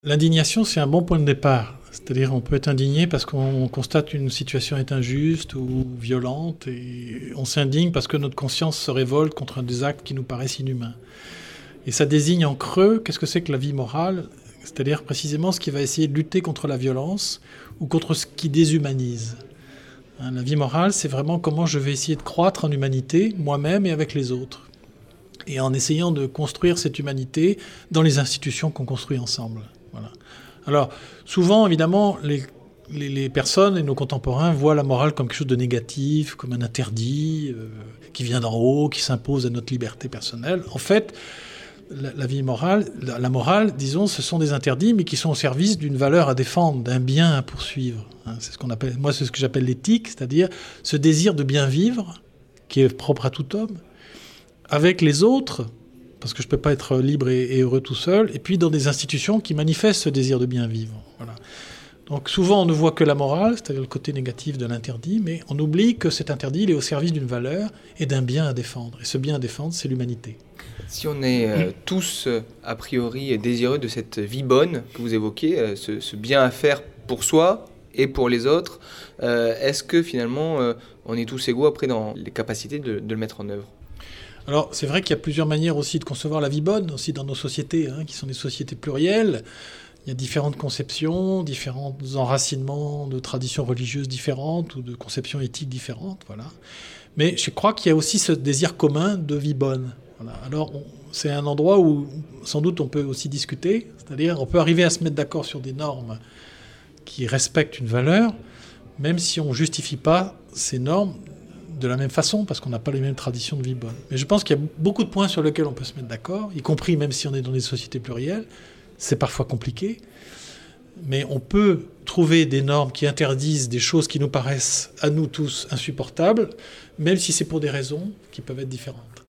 L'indignation, c'est un bon point de départ. C'est-à-dire on peut être indigné parce qu'on constate qu'une situation est injuste ou violente et on s'indigne parce que notre conscience se révolte contre des actes qui nous paraissent inhumains. Et ça désigne en creux qu'est-ce que c'est que la vie morale, c'est-à-dire précisément ce qui va essayer de lutter contre la violence ou contre ce qui déshumanise. La vie morale, c'est vraiment comment je vais essayer de croître en humanité, moi-même et avec les autres. Et en essayant de construire cette humanité dans les institutions qu'on construit ensemble. Voilà. Alors, souvent, évidemment, les personnes et nos contemporains voient la morale comme quelque chose de négatif, comme un interdit qui vient d'en haut, qui s'impose à notre liberté personnelle. En fait, la vie morale, la morale, disons, ce sont des interdits, mais qui sont au service d'une valeur à défendre, d'un bien à poursuivre. C'est ce qu'on appelle, moi, c'est ce que j'appelle l'éthique, c'est-à-dire ce désir de bien vivre, qui est propre à tout homme, avec les autres, parce que je ne peux pas être libre et heureux tout seul, et puis dans des institutions qui manifestent ce désir de bien vivre. Voilà. Donc souvent on ne voit que la morale, c'est-à-dire le côté négatif de l'interdit, mais on oublie que cet interdit il est au service d'une valeur et d'un bien à défendre. Et ce bien à défendre, c'est l'humanité. Si on est tous, a priori, désireux de cette vie bonne que vous évoquez, ce bien à faire pour soi et pour les autres, est-ce que finalement on est tous égaux après dans les capacités de le mettre en œuvre ? Alors, c'est vrai qu'il y a plusieurs manières aussi de concevoir la vie bonne, aussi dans nos sociétés, qui sont des sociétés plurielles. Il y a différentes conceptions, différents enracinements de traditions religieuses différentes ou de conceptions éthiques différentes, voilà. Mais je crois qu'il y a aussi ce désir commun de vie bonne. Voilà. Alors, c'est un endroit où, sans doute, on peut aussi discuter, c'est-à-dire on peut arriver à se mettre d'accord sur des normes qui respectent une valeur, même si on ne justifie pas ces normes de la même façon, parce qu'on n'a pas les mêmes traditions de vie bonne. Mais je pense qu'il y a beaucoup de points sur lesquels on peut se mettre d'accord, y compris même si on est dans des sociétés plurielles. C'est parfois compliqué, mais on peut trouver des normes qui interdisent des choses qui nous paraissent, à nous tous, insupportables, même si c'est pour des raisons qui peuvent être différentes.